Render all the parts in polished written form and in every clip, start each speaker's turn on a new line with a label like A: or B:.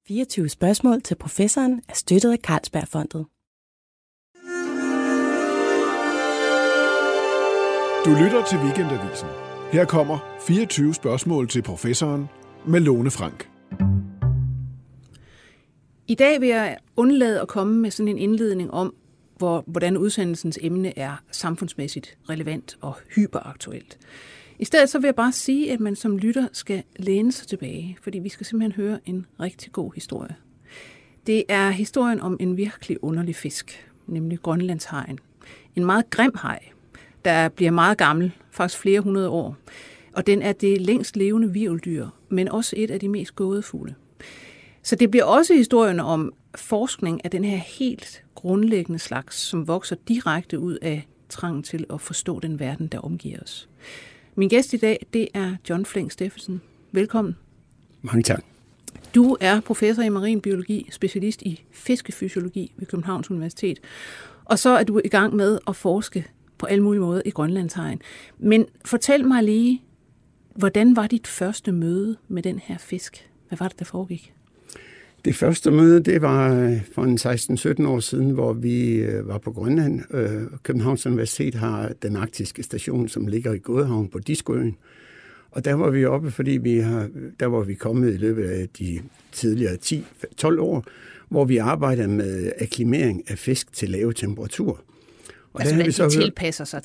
A: 24 spørgsmål til professoren er støttet af Carlsbergfondet.
B: Du lytter til Weekendavisen. Her kommer 24 spørgsmål til professoren med Lone Frank.
C: I dag vil jeg undlade at komme med sådan en indledning om, hvordan udsendelsens emne er samfundsmæssigt relevant og hyperaktuelt. I stedet så vil jeg bare sige, at man som lytter skal læne sig tilbage, fordi vi skal simpelthen høre en rigtig god historie. Det er historien om en virkelig underlig fisk, nemlig grønlandshajen. En meget grim haj, der bliver meget gammel, faktisk flere hundrede år. Og den er det længst levende hvirveldyr, men også et af de mest gådefulde. Så det bliver også historien om forskning af den her helt grundlæggende slags, som vokser direkte ud af trangen til at forstå den verden, der omgiver os. Min gæst i dag, det er John Fleng Steffensen. Velkommen.
D: Mange tak.
C: Du er professor i marin biologi, specialist i fiskefysiologi ved Københavns Universitet. Og så er du i gang med at forske på alle mulige måder i grønlandshajen. Men fortæl mig lige, hvordan var dit første møde med den her fisk? Hvad var det, der foregik?
D: Det første møde, det var for en 16-17 år siden, hvor vi var på Grønland. Københavns Universitet har den arktiske station, som ligger i Godhavn på Diskoøen. Og der var vi oppe, fordi der var vi kommet i løbet af de tidligere 10-12 år, hvor vi arbejdede med akklimering af fisk til lave temperatur. Og
C: altså,
D: der
C: de tilpasser sig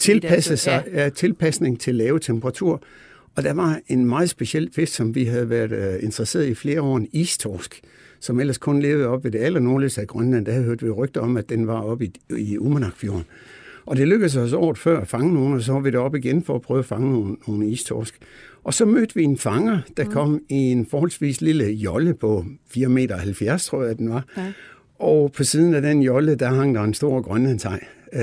C: til
D: tilpasning til lave temperatur. Og der var en meget speciel fisk, som vi havde været interesseret i flere år, en istorsk, som ellers kun levede op ved det allernordligste af Grønland. Der havde hørt vi rygter om, at den var oppe i Uummannaqfjorden. Og det lykkedes os året før at fange nogen, og så var vi deroppe igen for at prøve at fange nogle istorsk. Og så mødte vi en fanger, der kom i en forholdsvis lille jolle på 4,70 meter, tror jeg, den var. Ja. Og på siden af den jolle, der hang der en stor grønlandshaj,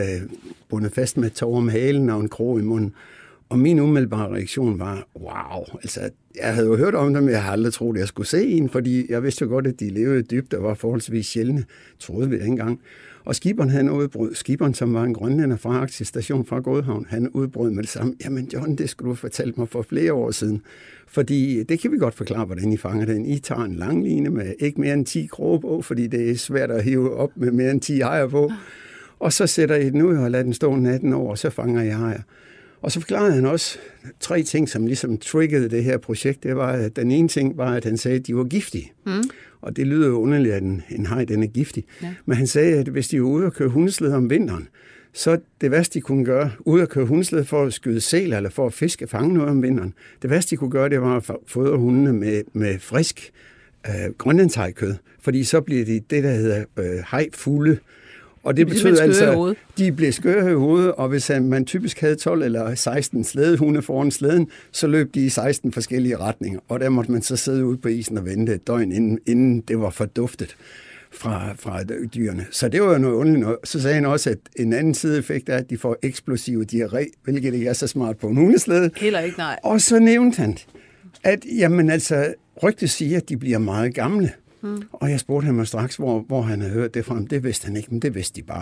D: bundet fast med tår om halen og en krog i munden. Og min umiddelbare reaktion var, wow, altså jeg havde jo hørt om dem, men jeg havde aldrig troet, at jeg skulle se en, fordi jeg vidste jo godt, at de levede dybt og var forholdsvis sjældne, troede vi dengang. Og skiberen, han udbrød, skiberen, som var en grønlænder fra Arktisk Station fra Godhavn, han udbrød med det samme. Jamen John, det skulle du fortælle mig for flere år siden, fordi det kan vi godt forklare, hvordan I fanger den. I tager en lang line med ikke mere end 10 kroge på, fordi det er svært at hive op med mere end 10 hajer på. Og så sætter I den ud og lader den stå natten over, og så fanger I hajer. Og så forklarede han også 3 ting, som ligesom triggede det her projekt. Det var, at den ene ting var, at han sagde, at de var giftige. Og det lyder jo underligt, at en haj, den er giftig. Ja. Men han sagde, at hvis de var ude og køre hundesled om vinteren, så det værste, de kunne gøre, ude at køre hundesled for at skyde sæler eller for at fiske og fange noget om vinteren, det værste, de kunne gøre, det var at fodre hundene med frisk grønlandshajkød. Fordi så bliver de det, der hedder hajfulde. Og det betyder altså, at de blev skøre i hovedet, og hvis man typisk havde 12 eller 16 slædehunde foran slæden, så løb de i 16 forskellige retninger. Og der måtte man så sidde ude på isen og vente et døgn, inden det var forduftet fra dyrene. Så det var jo noget underligt noget. Så sagde han også, at en anden sideeffekt er, at de får eksplosiv diarré, hvilket ikke er så smart på en hundeslæde.
C: Heller ikke, nej.
D: Og så nævnte han, at jamen, altså, rygtet siger, at de bliver meget gamle. Og jeg spurgte ham straks, hvor han havde hørt det fra. Det vidste han ikke, men det vidste de bare.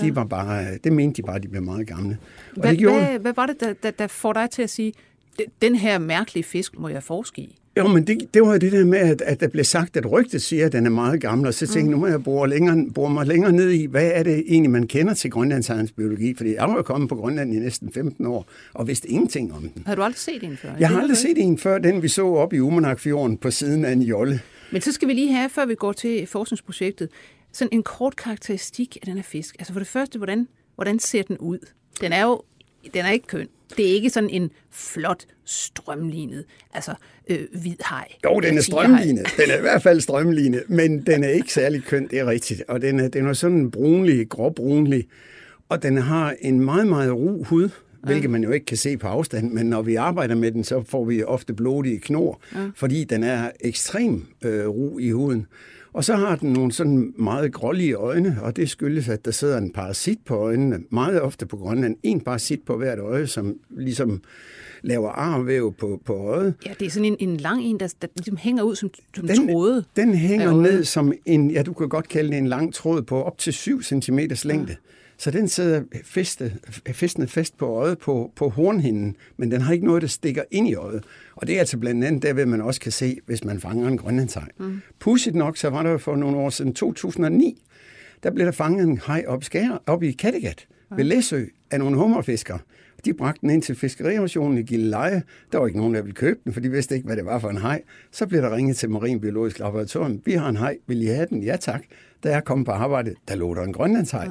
D: Det mente de bare, at de blev meget gamle.
C: Hvad var det, der får dig til at sige, den her mærkelige fisk må jeg forske i?
D: Jo, men det var det der med, at der blev sagt, at rygtet siger, at den er meget gammel, og så tænkte jeg, nu må jeg bore mig længere ned i, hvad er det egentlig, man kender til grønlandshajens biologi? Fordi jeg var jo kommet på Grønland i næsten 15 år, og vidste ingenting om den.
C: Har du aldrig set en før?
D: Jeg har aldrig set en før, den vi så op i Uummannaqfjorden på siden af en jolle.
C: Men så skal vi lige have, før vi går til forskningsprojektet, sådan en kort karakteristik af den her fisk. Altså for det første, hvordan ser den ud? Den er ikke køn. Det er ikke sådan en flot, strømlignet, altså hvid haj.
D: Jo, den er strømlignet. Den er i hvert fald strømlignet, men den er ikke særlig køn, det er rigtigt. Og den er sådan brunlig, gråbrunlig, og den har en meget, meget ru hud, hvilket man jo ikke kan se på afstand, men når vi arbejder med den, så får vi ofte blodige knor, fordi den er ekstrem ru i huden. Og så har den nogle sådan meget grålige øjne, og det skyldes, at der sidder en parasit på øjnene, meget ofte på Grønland. En parasit på hvert øje, som ligesom laver arvæv på øjet.
C: Ja, det er sådan en lang en, der ligesom hænger ud som tråde.
D: Den hænger ned som en, ja, du kan godt kalde det en lang tråd på op til 7 cm længde. Så den sidder fæstnet fast på øjet på hornhinden, men den har ikke noget, der stikker ind i øjet. Og det er altså blandt andet derved, man også kan se, hvis man fanger en grønlandshaj. Pudsigt nok, så var der for nogle år siden, 2009, der blev der fanget en haj op i Kattegat ved Læsø af nogle hummerfiskere. De bragte den ind til fiskeriauktionen i Gilleleje. Der var ikke nogen, der ville købe den, for de vidste ikke, hvad det var for en haj. Så blev der ringet til Marinbiologisk Laboratorium. Vi har en haj, vil I have den? Ja tak. Da jeg kom på arbejde, der lå der en grønlandshaj.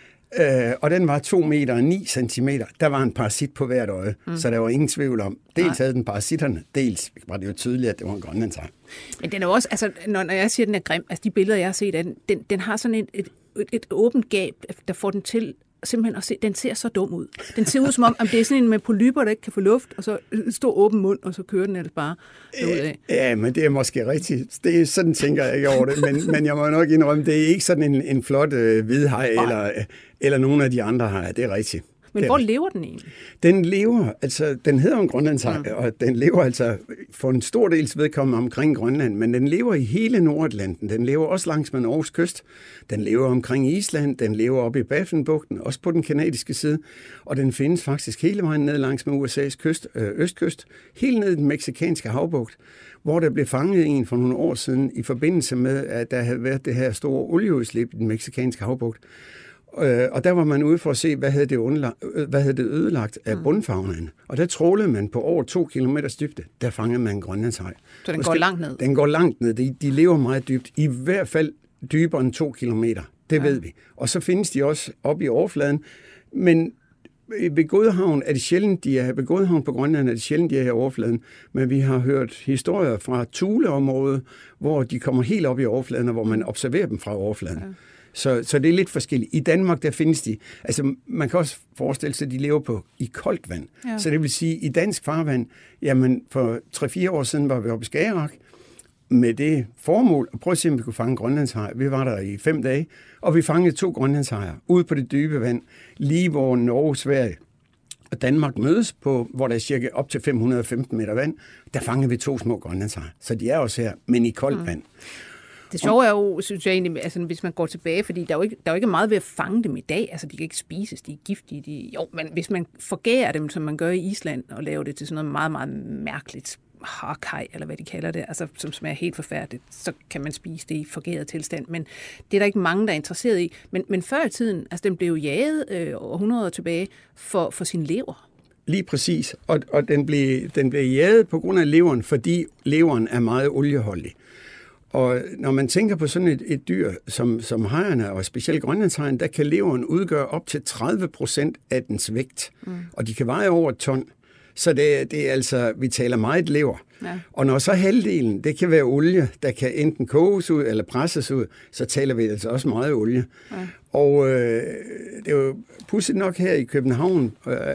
D: Og den var 2 meter og 9 centimeter. Der var en parasit på hvert øje, så der var ingen tvivl om. Dels havde den parasitterne, dels var det jo tydeligt, at det var en grønlandshaj.
C: Men den er også, altså, når jeg siger, at den er grim, altså de billeder, jeg har set af den har sådan et åbent gab, der får den til simpelthen at se, den ser så dum ud. Den ser ud som om det er sådan en med polypper, der ikke kan få luft, og så en stor åben mund, og så kører den ellers bare derudad.
D: Ja, men det er måske rigtigt. Det er sådan, tænker jeg ikke over det, men jeg må nok indrømme, det er ikke sådan en flot hvidhaj eller nogle af de andre hajer. Det er rigtigt.
C: Men hvor lever den egentlig?
D: Den lever, altså, den hedder en grønlandshaj, og den lever altså for en stor dels vedkommende omkring Grønland, men den lever i hele Nordatlanten. Den lever også langs med Norges kyst. Den lever omkring Island, den lever oppe i Baffinbugten, også på den kanadiske side, og den findes faktisk hele vejen ned langs med USA's kyst, østkyst, helt ned i den mexikanske havbugt, hvor der blev fanget en for nogle år siden i forbindelse med, at der havde været det her store olieudslip i den mexikanske havbugt. Og der var man ude for at se, hvad havde det ødelagt af bundfaunaen. Og der trålede man på over 2 kilometers dybde. Der fangede man en grønlandshaj.
C: Så den går langt ned? Den
D: går langt ned. De lever meget dybt. I hvert fald dybere end 2 kilometer. Det ved vi. Og så findes de også oppe i overfladen. Men ved Godhavn er det sjældent, ved Godhavn på Grønland er det sjældent, de er i overfladen. Men vi har hørt historier fra Thuleområdet, hvor de kommer helt op i overfladen, og hvor man observerer dem fra overfladen. Ja. Så det er lidt forskelligt. I Danmark, der findes de, altså man kan også forestille sig, at de lever i koldt vand. Ja. Så det vil sige, i dansk farvand, jamen for 3-4 år siden var vi oppe i Skagerrak med det formål at prøve at se, om vi kunne fange grønlandshaj. Vi var der i 5 dage, og vi fangede 2 grønlandshajer ude på det dybe vand, lige hvor Norge, Sverige og Danmark mødes på, hvor der er cirka op til 515 meter vand. Der fangede vi 2 små grønlandshajer. Så de er også her, men i koldt vand.
C: Det sjove er jo, synes jeg egentlig, altså, hvis man går tilbage, fordi der er jo ikke meget ved at fange dem i dag. Altså, de kan ikke spises, de er giftige. Men hvis man forgærer dem, som man gør i Island, og laver det til sådan noget meget, meget mærkeligt hakhaj, eller hvad de kalder det, altså, som smager helt forfærdeligt, så kan man spise det i forgæret tilstand. Men det er der ikke mange, der er interesseret i. Men før i tiden, altså, den blev jo jaget århundreder tilbage for sin lever.
D: Lige præcis. Og den blev jaget på grund af leveren, fordi leveren er meget olieholdig. Og når man tænker på sådan et dyr som hajerne, og specielt grønlandshajen, der kan leveren udgøre op til 30% af dens vægt. Og de kan veje over 1 ton. Så det er altså, vi taler meget lever. Ja. Og når så halvdelen, det kan være olie, der kan enten koges ud eller presses ud, så taler vi altså også meget olie. Ja. Og det er jo pudsigt nok her i København,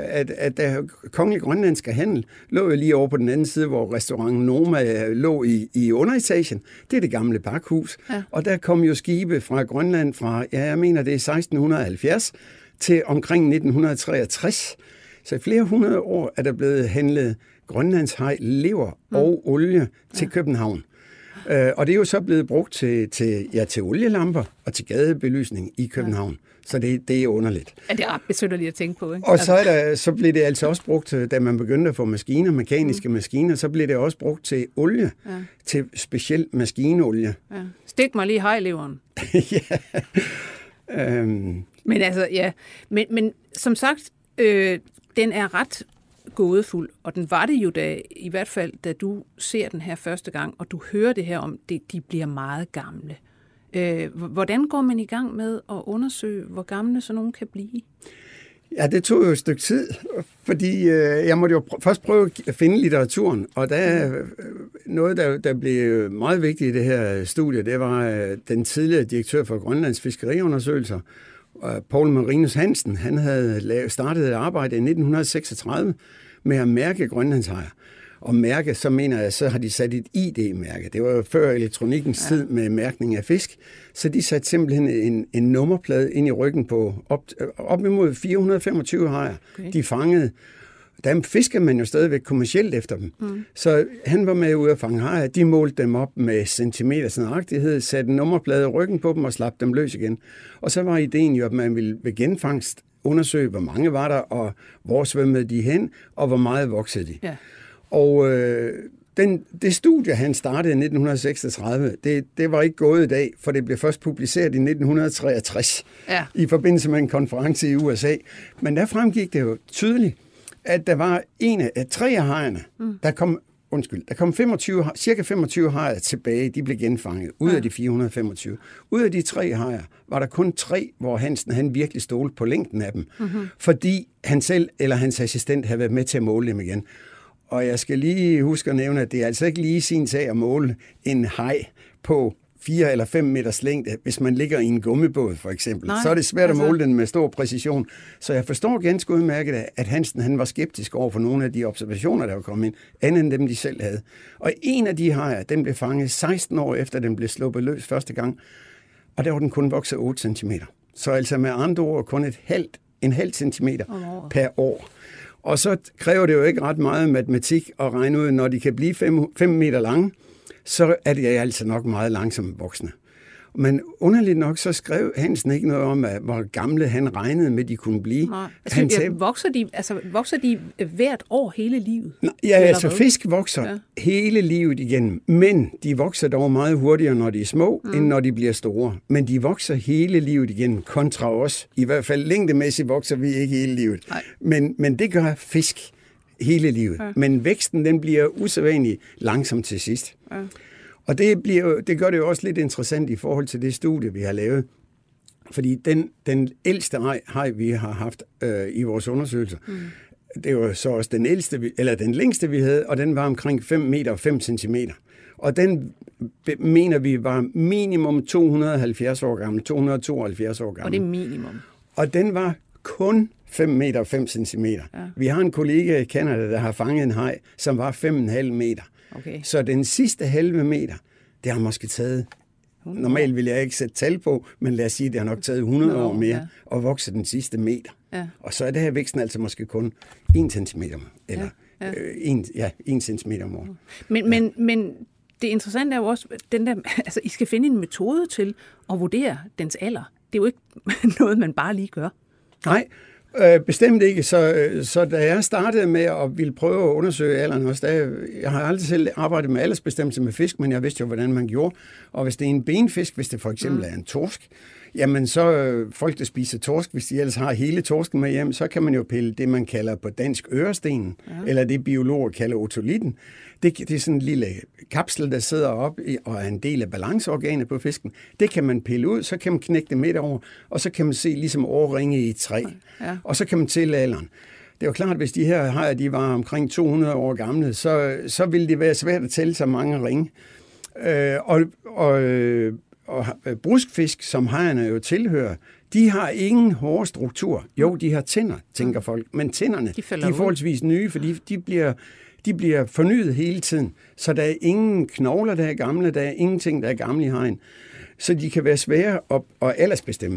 D: at der Kongelig Grønlandske Handel lå jo lige over på den anden side, hvor restauranten Noma lå i underetagen. Det er det gamle pakhus. Ja. Og der kom jo skibe fra Grønland fra, jeg mener det er 1670 til omkring 1963. Så i flere hundrede år er der blevet handlet grønlandshaj, lever og olie til København. Og det er jo så blevet brugt til olielamper og til gadebelysning i København. Så det er underligt.
C: Ja, det er ret besynderligt at tænke på, ikke?
D: Og så blev det altså også brugt, da man begyndte at få maskiner, mekaniske maskiner, så blev det også brugt til olie, til specielt maskinolie. Ja.
C: Stik mig lige hajleveren.
D: Ja.
C: Men altså, ja. Men som sagt, den er ret gådefuld, og den var det jo i hvert fald, da du ser den her første gang, og du hører det her om, de bliver meget gamle. Hvordan går man i gang med at undersøge, hvor gamle sådan nogen kan blive?
D: Ja, det tog jo et stykke tid, fordi jeg måtte jo først prøve at finde litteraturen, og der er noget, der blev meget vigtigt i det her studie, det var den tidligere direktør for Grønlands Fiskeriundersøgelser, Poul Marinus Hansen. Han havde startet et arbejde i 1936 med at mærke grønlandshajer. Og mærke, så mener jeg, så har de sat et ID-mærke. Det var jo før elektronikkens tid med mærkning af fisk. Så de satte simpelthen en nummerplade ind i ryggen på op imod 425 hajer. Okay. De fangede. Der fiskede man jo stadigvæk kommercielt efter dem. Så han var med ud at fange hajer. De målte dem op med centimeters nøjagtighed, satte en nummerplade i ryggen på dem og slap dem løs igen. Og så var ideen jo, at man ville ved genfangst undersøge, hvor mange var der, og hvor svømmede de hen, og hvor meget voksede de. Ja. Og det studie, han startede i 1936, det var ikke gået i dag, for det blev først publiceret i 1963 i forbindelse med en konference i USA. Men der fremgik det jo tydeligt, at der var tre af hajerne, der kom cirka 25 hajer tilbage, de blev genfanget, ud af de 425. Ud af de 3 hajer var der kun 3, hvor han virkelig stolte på længden af dem, fordi han selv eller hans assistent havde været med til at måle dem igen. Og jeg skal lige huske at nævne, at det er altså ikke lige sin sag at måle en haj på 4 eller 5 meters længde, hvis man ligger i en gummibåd for eksempel. Nej, så er det svært at måle den med stor præcision. Så jeg forstår ganske udmærket, at Hansen han var skeptisk over for nogle af de observationer, der var kommet ind, andet end dem, de selv havde. Og en af de hajer, den blev fanget 16 år efter, den blev sluppet løs første gang, og der var den kun vokset 8 cm. Så altså med andre ord kun en halv centimeter per år. Og så kræver det jo ikke ret meget matematik at regne ud, når de kan blive 5 meter lange, så er det altså nok meget langsomt voksne. Men underligt nok, så skrev Hansen ikke noget om, hvor gamle han regnede med, de kunne blive.
C: Nej. Vokser de hvert år hele livet?
D: Ja, altså fisk vokser hele livet igennem, men de vokser dog meget hurtigere, når de er små, end når de bliver store. Men de vokser hele livet igennem, kontra os. I hvert fald længdemæssigt vokser vi ikke hele livet. Men det gør fisk hele livet. Ja. Men væksten, den bliver usædvanligt langsom til sidst. Ja. Og det gør det jo også lidt interessant i forhold til det studie, vi har lavet. Fordi den ældste haj, vi har haft i vores undersøgelser, det var så også den længste, vi havde, og den var omkring 5 meter og 5 centimeter. Og den mener vi var minimum 270 år gammel, 272 år gammel.
C: Og det er minimum.
D: Og den var kun 5 meter og 5 centimeter. Ja. Vi har en kollega i Canada, der har fanget en haj, som var 5,5 meter. Okay. Så den sidste halve meter, det har måske taget, normalt vil jeg ikke sætte tal på, men lad os sige, det har nok taget 100 år mere at vokse den sidste meter. Ja. Og så er det her væksten altså måske kun 1 centimeter, eller 1 centimeter om året.
C: Men det interessante er jo også, altså I skal finde en metode til at vurdere dens alder. Det er jo ikke noget, man bare lige gør.
D: Nej, bestemt ikke. Så da jeg startede med at ville prøve at undersøge alderen også, jeg har aldrig selv arbejdet med aldersbestemmelse med fisk, men jeg vidste jo, hvordan man gjorde. Og hvis det er en benfisk, hvis det for eksempel er en torsk, jamen så folk, der spiser torsk, hvis de ellers har hele torsken med hjem, så kan man jo pille det, man kalder på dansk ørestenen, eller det biologer kalder otolitten. Det er sådan en lille kapsel, der sidder op og er en del af balanceorganet på fisken. Det kan man pille ud, så kan man knække det midt over, og så kan man se ligesom årringe i et træ. Ja. Og så kan man tælle alderen. Det er jo klart, at hvis de her hajer, de var omkring 200 år gamle, så ville det være svært at tælle så mange ringe. Og bruskfisk, som hajerne jo tilhører, de har ingen hårde struktur. Jo, de har tænder, tænker folk, men tænderne de er forholdsvis nye, fordi de bliver fornyet hele tiden. Så der er ingen knogler, der er gamle, der er ingenting, der er gamle i hajen. Så de kan være svære at aldersbestemme.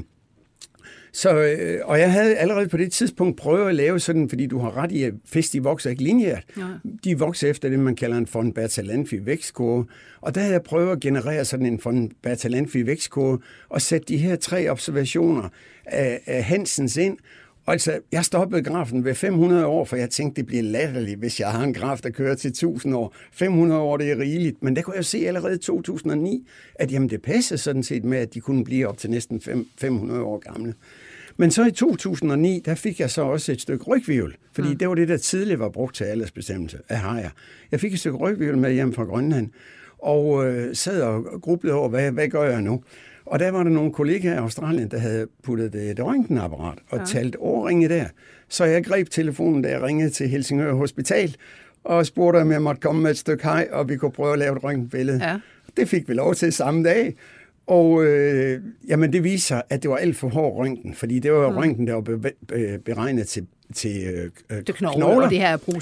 D: Og jeg havde allerede på det tidspunkt prøvet at lave sådan, fordi du har ret i, at fisk, de vokser ikke lineært. Ja. De vokser efter det, man kalder en von Bertalanffy vækstkurve. Og der havde jeg prøvet at generere sådan en von Bertalanffy vækstkurve og sætte de her 3 observationer af Hansens ind. Og altså, jeg stoppede grafen ved 500 år, for jeg tænkte, det bliver latterligt, hvis jeg har en graf, der kører til 1000 år. 500 år, det er rigeligt. Men der kunne jeg se allerede i 2009, at jamen, det passede sådan set med, at de kunne blive op til næsten 500 år gamle. Men så i 2009, der fik jeg så også et stykke rygvirvel, fordi det var det, der tidligere var brugt til aldersbestemmelse af hajer. Jeg fik et stykke rygvirvel med hjem fra Grønland, og sad og grublede over, hvad gør jeg nu? Og der var der nogle kollegaer i Australien, der havde puttet et røntgenapparat og talt årringe der. Så jeg greb telefonen, da jeg ringede til Helsingør Hospital, og spurgte, om jeg måtte komme med et stykke haj, og vi kunne prøve at lave et røntgenbillede. Ja. Det fik vi lov til samme dag. Og jamen det viser, at det var alt for hård røntgen, fordi det var røntgen, der var beregnet til knogler.
C: Og det her er brusk.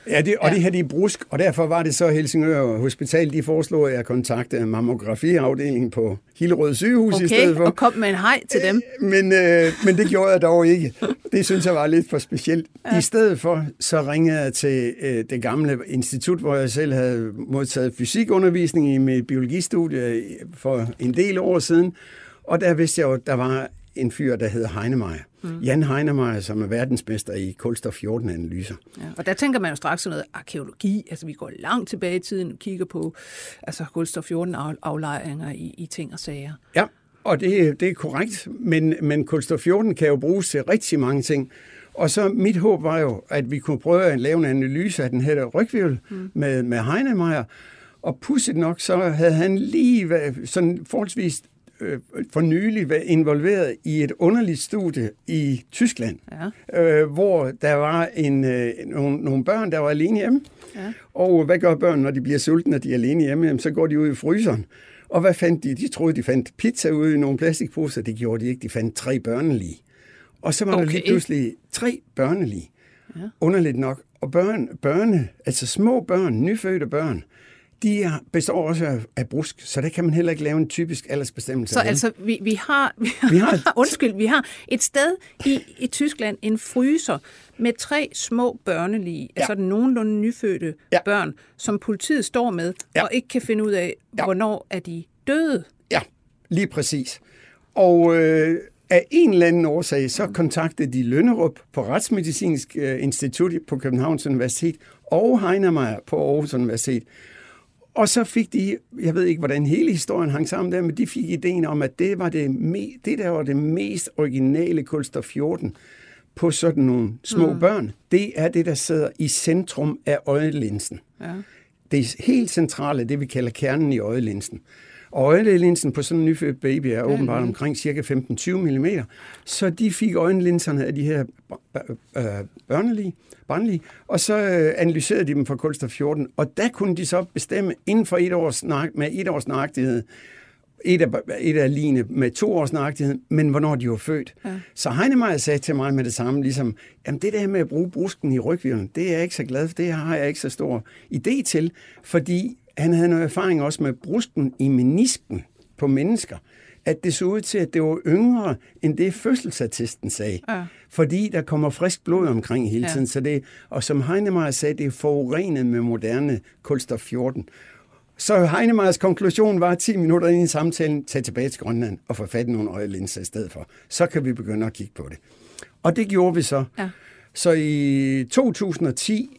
D: Ja, det her de er brusk, og derfor var det så Helsingør Hospital, de foreslog, at jeg kontaktede mammografiafdelingen på Hillerød sygehus i stedet for.
C: Og kom med en hej til dem.
D: Men det gjorde jeg dog ikke. Det synes jeg var lidt for specielt. Ja. I stedet for, så ringede jeg til det gamle institut, hvor jeg selv havde modtaget fysikundervisning i mit biologistudie for en del år siden. Og der vidste jeg jo, at der var en fyr, der hedder Heinemeier. Jan Heinemeier, som er verdensmester i kulstof-14-analyser.
C: Ja, og der tænker man jo straks noget arkæologi. Altså, vi går langt tilbage i tiden og kigger på kulstof-14-aflejringer i ting og sager.
D: Ja, og det er korrekt. Men kulstof-14 kan jo bruges til rigtig mange ting. Og så mit håb var jo, at vi kunne prøve at lave en analyse af den her ryghvirvel med Heinemeier. Og pudsigt nok, så havde han lige været sådan forholdsvis for nylig været involveret i et underligt studie i Tyskland, hvor der var nogle børn, der var alene hjemme. Ja. Og hvad gør børn, når de bliver sultne, når de er alene hjemme? Jamen, så går de ud i fryseren. Og hvad fandt de? De troede, de fandt pizza ude i nogle plastikposer. Det gjorde de ikke. De fandt 3 børnelige. Og så var der lige pludselig 3 børnelige. Ja. Underligt nok. Og altså små børn, nyfødte børn, de består også af brusk, så der kan man heller ikke lave en typisk aldersbestemmelse.
C: Så altså, vi har et sted i Tyskland en fryser med 3 små børnelige, altså nogenlunde nyfødte børn, som politiet står med, og ikke kan finde ud af, hvornår er de døde. Ja,
D: lige præcis. Og af en eller anden årsag, så kontaktede de Lønnerup på Retsmedicinsk Institut på Københavns Universitet og Heinemeier på Aarhus Universitet. Og så fik de, jeg ved ikke, hvordan hele historien hang sammen der, men de fik ideen om, at det var der var det mest originale kulstof-14 på sådan nogle små børn. Det er det, der sidder i centrum af øjelinsen. Ja. Det er helt centrale, det vi kalder kernen i øjelinsen. Og øjelinsen på sådan en nyfødt baby er åbenbart omkring cirka 15-20 mm. Så de fik øjenlinserne af de her barnlige, og så analyserede de dem for kulstof-14. Og der kunne de så bestemme inden for 1 års nøjagtighed, et af ligene med 2 års nøjagtighed, men hvornår de var født. Ja. Så Heinemeier sagde til mig med det samme, ligesom, jamen det der med at bruge brusken i rygvirvlen, det er jeg ikke så glad for, det har jeg ikke så stor idé til, fordi han havde noget erfaring også med brusken i menisken på mennesker, at det så ud til, at det var yngre, end det fødselsattesten sagde. Ja. Fordi der kommer frisk blod omkring hele tiden. Så og som Heinemeier sagde, det er forurenet med moderne kulstof-14. Så Heinemeyers konklusion var 10 minutter ind i samtalen, tage tilbage til Grønland og få fat i nogle øjelinser i stedet for. Så kan vi begynde at kigge på det. Og det gjorde vi så. Ja. Så i 2010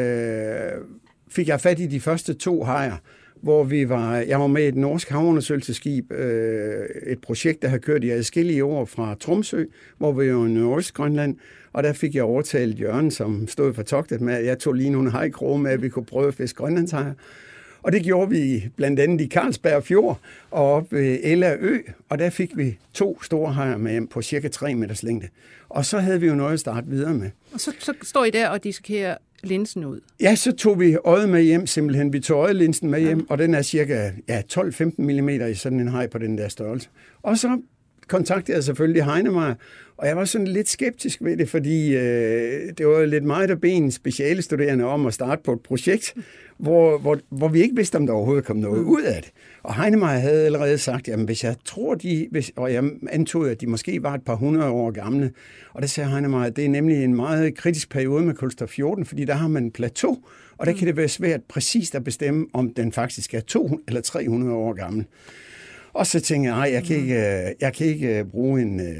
D: fik jeg fat i de første 2 hajer, hvor jeg var med i et norsk havundersøgelsesskib, et projekt, der har kørt i adskillige år fra Tromsø, hvor vi var i Nordøstgrønland, og der fik jeg overtalt Jørgen, som stod for togtet med, at jeg tog lige nogle hajkroge med, at vi kunne prøve at fiske grønlandshajer. Og det gjorde vi blandt andet i Carlsberg Fjord og op ved Ella Ø, og der fik vi 2 store hajer med hjem på cirka 3 meters længde. Og så havde vi jo noget at starte videre med.
C: Og så står I der og dissekerer linsen ud?
D: Ja, så tog vi øjet med hjem simpelthen. Vi tog øjelinsen med hjem, og den er cirka 12-15 mm i sådan en haj på den der størrelse. Og så kontaktede jeg selvfølgelig Heinemeier, og jeg var sådan lidt skeptisk ved det, fordi det var lidt meget at bede en specialestuderende om at starte på et projekt, hvor vi ikke vidste, om der overhovedet kom noget ud af det. Og Heinemeier havde allerede sagt, jamen hvis jeg tror, og jeg antog, at de måske var et par 100 år gamle, og der sagde Heinemeier, at det er nemlig en meget kritisk periode med kulstof-14, fordi der har man en plateau, og der kan det være svært præcist at bestemme, om den faktisk er 200 eller 300 år gammel. Og så tænkte jeg, jeg kan ikke bruge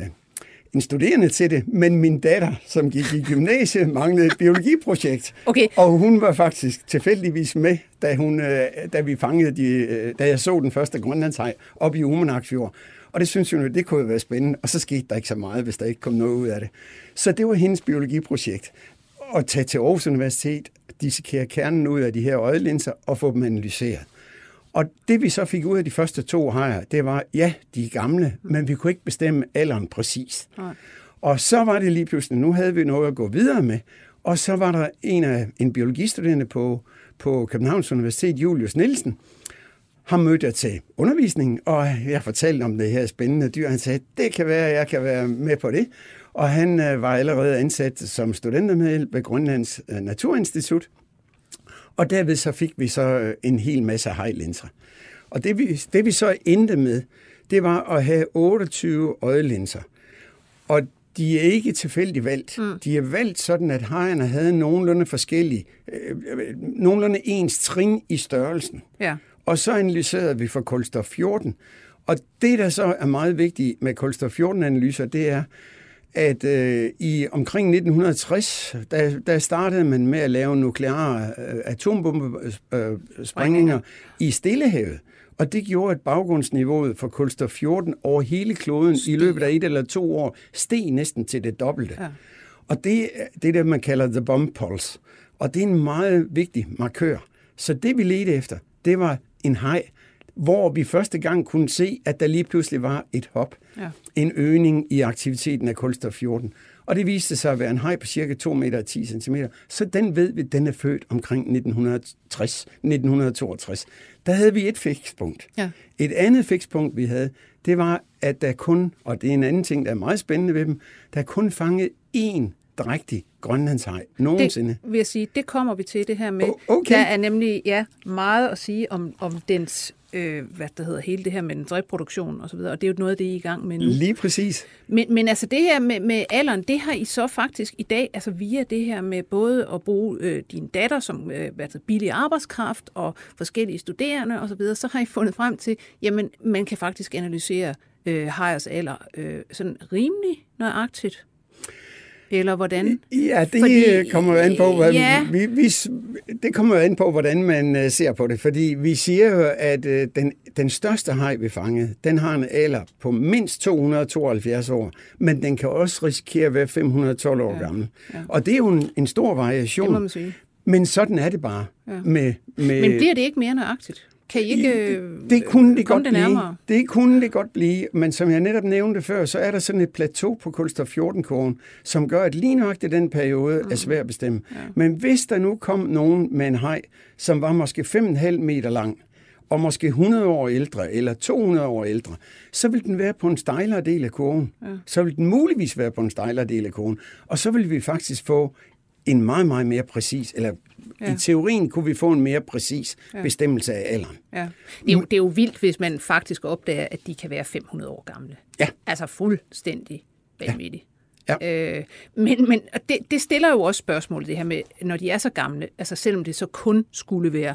D: en studerende til det, men min datter, som gik i gymnasiet, manglede et biologiprojekt. Okay. Og hun var faktisk tilfældigvis med, da vi fangede da jeg så den første grønlandshaj op i Uummannaq Fjord. Og det synes jeg, det kunne være spændende. Og så skete der ikke så meget, hvis der ikke kom noget ud af det. Så det var hendes biologiprojekt. At tage til Aarhus Universitet, dissekere kernen ud af de her øjelinser og få dem analyseret. Og det vi så fik ud af de første 2 hajer, det var, ja, de er gamle, men vi kunne ikke bestemme alderen præcis. Nej. Og så var det lige pludselig, nu havde vi noget at gå videre med, og så var der en biologistuderende på Københavns Universitet, Julius Nielsen. Ham mødte jeg til undervisningen, og jeg fortalte om det her spændende dyr. Han sagde, det kan være, jeg kan være med på det. Og han var allerede ansat som studentermedhjælp ved Grønlands Naturinstitut. Og derved så fik vi så en hel masse hajlinser. Og det vi så endte med, det var at have 28 øjelinser. Og de er ikke tilfældigt valgt. De er valgt sådan, at hajerne havde nogenlunde ens trin i størrelsen. Ja. Og så analyserede vi for kulstof 14. Og det, der så er meget vigtigt med kulstof 14-analyser, det er, at i omkring 1960, der startede man med at lave nukleare atombombesprængninger i Stillehavet. Og det gjorde, at baggrundsniveauet for kulstof 14 over hele kloden i løbet af 1 eller 2 år steg næsten til det dobbelte. Ja. Og det er det, man kalder the bomb pulse. Og det er en meget vigtig markør. Så det, vi ledte efter, det var en haj, hvor vi første gang kunne se, at der lige pludselig var et hop, en øgning i aktiviteten af kulstof 14. Og det viste sig at være en haj på cirka 2 meter og 10 centimeter. Så den ved vi, den er født omkring 1962. Der havde vi et fikspunkt. Ja. Et andet fikspunkt, vi havde, det var, at der kun, og det er en anden ting, der er meget spændende ved dem, der kun fanget én drægtig grønlandshaj nogensinde.
C: Det vil jeg sige, det kommer vi til det her med. Okay. Der er nemlig meget at sige om dens hele det her med den reproduktion og så videre, og det er jo noget, det er I gang med nu.
D: Lige præcis.
C: Men altså det her med alderen, det har I så faktisk i dag, altså via det her med både at bruge din datter som billig arbejdskraft og forskellige studerende og så videre, så har I fundet frem til, jamen man kan faktisk analysere hajers alder sådan rimelig nøjagtigt. Eller hvordan?
D: Ja, det kommer jo an på, det kommer jo an på, hvordan man ser på det. Fordi vi siger jo, at den største haj, vi fangede, den har en alder på mindst 272 år, men den kan også risikere at være 512 år gammel. Ja. Og det er jo en stor variation.
C: Det må man sige.
D: Men sådan er det bare. Ja.
C: Men bliver det ikke mere nøjagtigt? Kan I ikke
D: det kunne det godt blive. Det kunne det godt blive, men som jeg netop nævnte før, så er der sådan et plateau på kulstof 14-kurven, som gør, at lige nok i den periode er svær at bestemme. Ja. Men hvis der nu kom nogen med en haj, som var måske 5,5 meter lang, og måske 100 år ældre, eller 200 år ældre, så vil den være på en stejlere del af kurven. Ja. Så vil den muligvis være på en stejlere del af kurven. Og så vil vi faktisk få en meget, meget mere præcis, eller i teorien kunne vi få en mere præcis bestemmelse af alderen. Ja.
C: Det er jo vildt, hvis man faktisk opdager, at de kan være 500 år gamle. Ja. Altså fuldstændig vanvittigt. Ja. Men det stiller jo også spørgsmål, det her med, når de er så gamle, altså selvom det så kun skulle være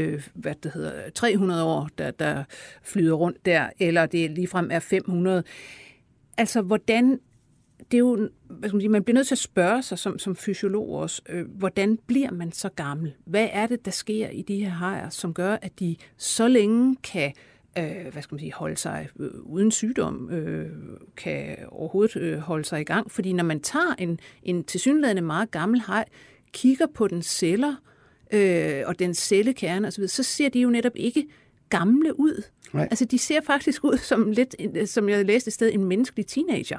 C: 300 år, der flyder rundt der, eller det ligefrem er 500. Altså hvordan... Det er jo, man bliver nødt til at spørge sig som fysiolog også, hvordan bliver man så gammel? Hvad er det, der sker i de her hajer, som gør, at de så længe kan holde sig uden sygdom, kan overhovedet holde sig i gang? Fordi når man tager en tilsyneladende meget gammel haj, kigger på dens celler og dens cellekerne osv., så ser de jo netop ikke gamle ud. Nej. Altså de ser faktisk ud som lidt, som jeg læste et sted, en menneskelig teenager.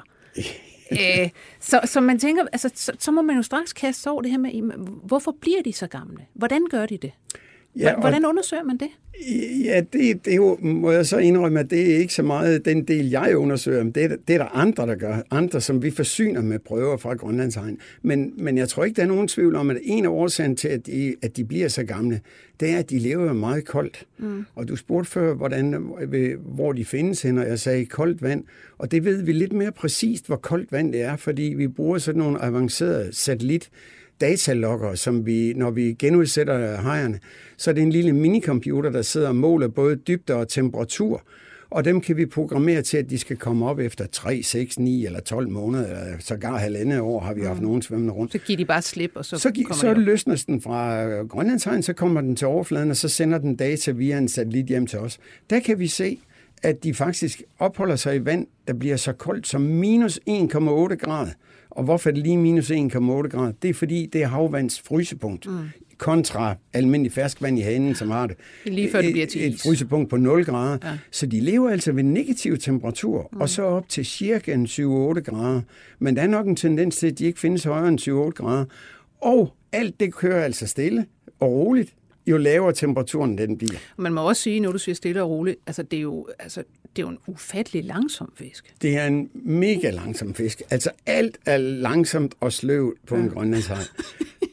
C: Så man tænker, altså, så må man jo straks kaste over det her med, hvorfor bliver de så gamle? Hvordan gør de det? Hvordan undersøger man det?
D: Ja, det er jo, må jeg så indrømme, at det er ikke så meget den del, jeg undersøger, men det er der andre, der gør. Andre, som vi forsyner med prøver fra Grønlandshegn. Men jeg tror ikke, der er nogen tvivl om, at en af årsagen til, at de bliver så gamle, det er, at de lever meget koldt. Mm. Og du spurgte før, hvor de findes hen, og jeg sagde koldt vand. Og det ved vi lidt mere præcist, hvor koldt vand det er, fordi vi bruger sådan nogle avancerede datalogger, som vi, når vi genudsætter hajerne, så er det en lille minicomputer, der sidder og måler både dybde og temperatur, og dem kan vi programmere til, at de skal komme op efter 3, 6, 9 eller 12 måneder, eller sågar halvandet år har vi haft nogen svømmende rundt.
C: Så giver de bare slip, og så
D: løsnes den fra Grønlandshegn, så kommer den til overfladen, og så sender den data via en satellit hjem til os. Der kan vi se, at de faktisk opholder sig i vand, der bliver så koldt som minus 1,8 grader. Og hvorfor er det lige minus 1,8 grader? Det er fordi, det er havvands frysepunkt. Kontra almindelig ferskvand i hanen, som har det.
C: Lige før det bliver til
D: et frysepunkt på 0 grader. Ja. Så de lever altså ved negativ temperatur, og så op til cirka 7-8 grader. Men der er nok en tendens til, at de ikke findes højere end 7-8 grader. Og alt det kører altså stille og roligt, jo lavere temperaturen den bliver.
C: Man må også sige, når du siger stille og roligt, altså det er jo en ufattelig langsom fisk.
D: Det er en mega langsom fisk. Altså alt er langsomt og sløvt på en grønlandshaj.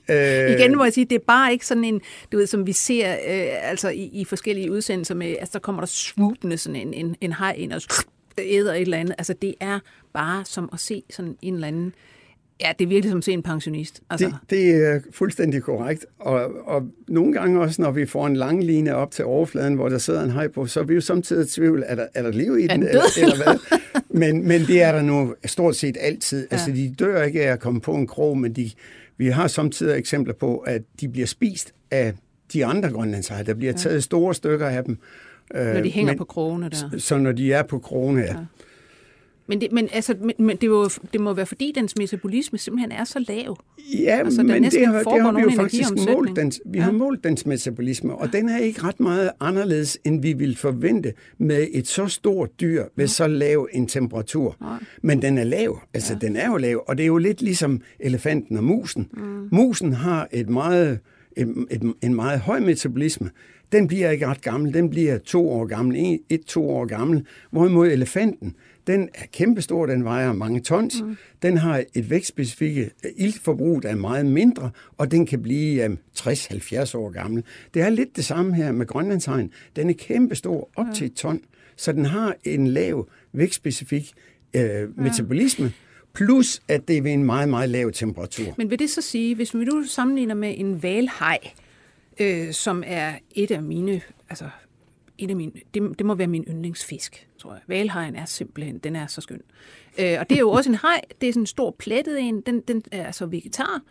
C: Igen må jeg sige, det er bare ikke sådan en, du ved, som vi ser altså i forskellige udsendelser med, altså der kommer der swoopende sådan en haj ind og æder et eller andet. Altså det er bare som at se sådan en eller anden, ja, det er virkelig som at se en pensionist. Altså.
D: Det er fuldstændig korrekt, og nogle gange også, når vi får en lang line op til overfladen, hvor der sidder en haj på, så er vi jo samtidig i tvivl, er der liv i den, eller hvad? Men det er der nu stort set altid. Ja. Altså, de dør ikke af at komme på en krog, men vi har samtidig eksempler på, at de bliver spist af de andre grønlandshajer. Der bliver taget store stykker af dem.
C: Når de hænger på krogene der.
D: Så når de er på krogene, ja.
C: Men det må være, fordi dens metabolisme simpelthen er så lav.
D: Ja, altså, men det har vi jo faktisk målt. Vi har målt dens metabolisme, og den er ikke ret meget anderledes, end vi ville forvente med et så stort dyr ved så lav en temperatur. Men den er lav. Altså, den er jo lav, og det er jo lidt ligesom elefanten og musen. Musen har en meget høj metabolisme. Den bliver ikke ret gammel. Den bliver 2 år gammel, 1-2 år gammel. Hvorimod elefanten, den er kæmpestor, den vejer mange tons. Den har et vækstspecifikke iltforbrug, der er meget mindre, og den kan blive 60-70 år gammel. Det er lidt det samme her med grønlandshajen. Den er kæmpestor, op til 1 ton, så den har en lav vækstspecifik metabolisme, plus at det er ved en meget, meget lav temperatur.
C: Men vil det så sige, hvis vi nu sammenligner med en hvalhaj, som er et af mine, det må være min yndlingsfisk, tror jeg. Hvalhajen er simpelthen, den er så skøn. Og det er jo også en haj, det er sådan en stor plettet en, den er så vegetar.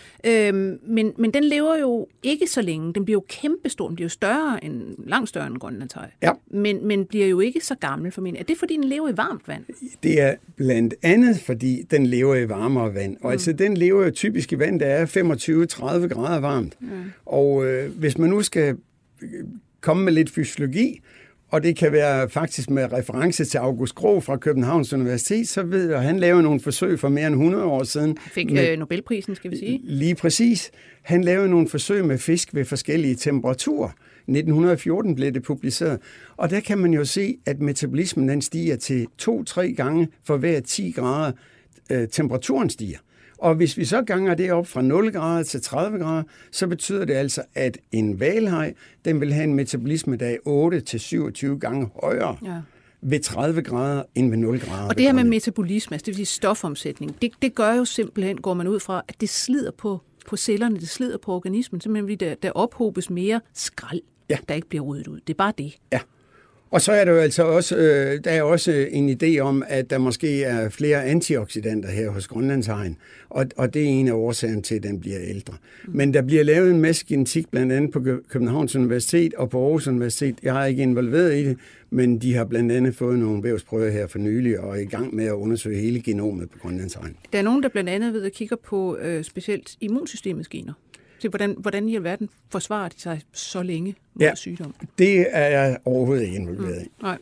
C: Men den lever jo ikke så længe. Den bliver jo kæmpestor, den bliver jo langt større end grønlandshaj. Ja. Men bliver jo ikke så gammel formentlig. Er det, fordi den lever i varmt vand?
D: Det er blandt andet, fordi den lever i varmere vand. Og altså, den lever jo typisk i vand, der er 25-30 grader varmt. Og hvis man nu skal komme med lidt fysiologi, og det kan være faktisk med reference til August Krogh fra Københavns Universitet, så ved jeg, at han lavede nogle forsøg for mere end 100 år siden.
C: Fik Nobelprisen, skal vi sige.
D: Lige præcis. Han lavede nogle forsøg med fisk ved forskellige temperaturer. 1914 blev det publiceret. Og der kan man jo se, at metabolismen den stiger til 2-3 gange for hver 10 grader temperaturen stiger. Og hvis vi så ganger det op fra 0 grader til 30 grader, så betyder det altså, at en hvalhaj, den vil have en metabolisme, der er 8-27 gange højere ved 30 grader end ved 0 grader.
C: Og det her med metabolisme, altså det vil sige stofomsætning, det gør jo simpelthen, går man ud fra, at det slider på cellerne, det slider på organismen, simpelthen fordi der ophobes mere skrald, der ikke bliver ryddet ud. Det er bare det. Ja.
D: Og så er der jo altså også, der er også en idé om, at der måske er flere antioxidanter her hos grønlandshajen, og det er en af årsagerne til, at den bliver ældre. Men der bliver lavet en masse genetik, blandt andet på Københavns Universitet og på Aarhus Universitet. Jeg er ikke involveret i det, men de har blandt andet fået nogle vævsprøver her for nylig og er i gang med at undersøge hele genomet på grønlandshajen.
C: Der er nogen, der blandt andet ved at kigge på specielt immunsystemets gener. Hvordan i alverden forsvarer de sig så længe mod sygdom?
D: Det er jeg overhovedet ikke involveret i.
C: Nej.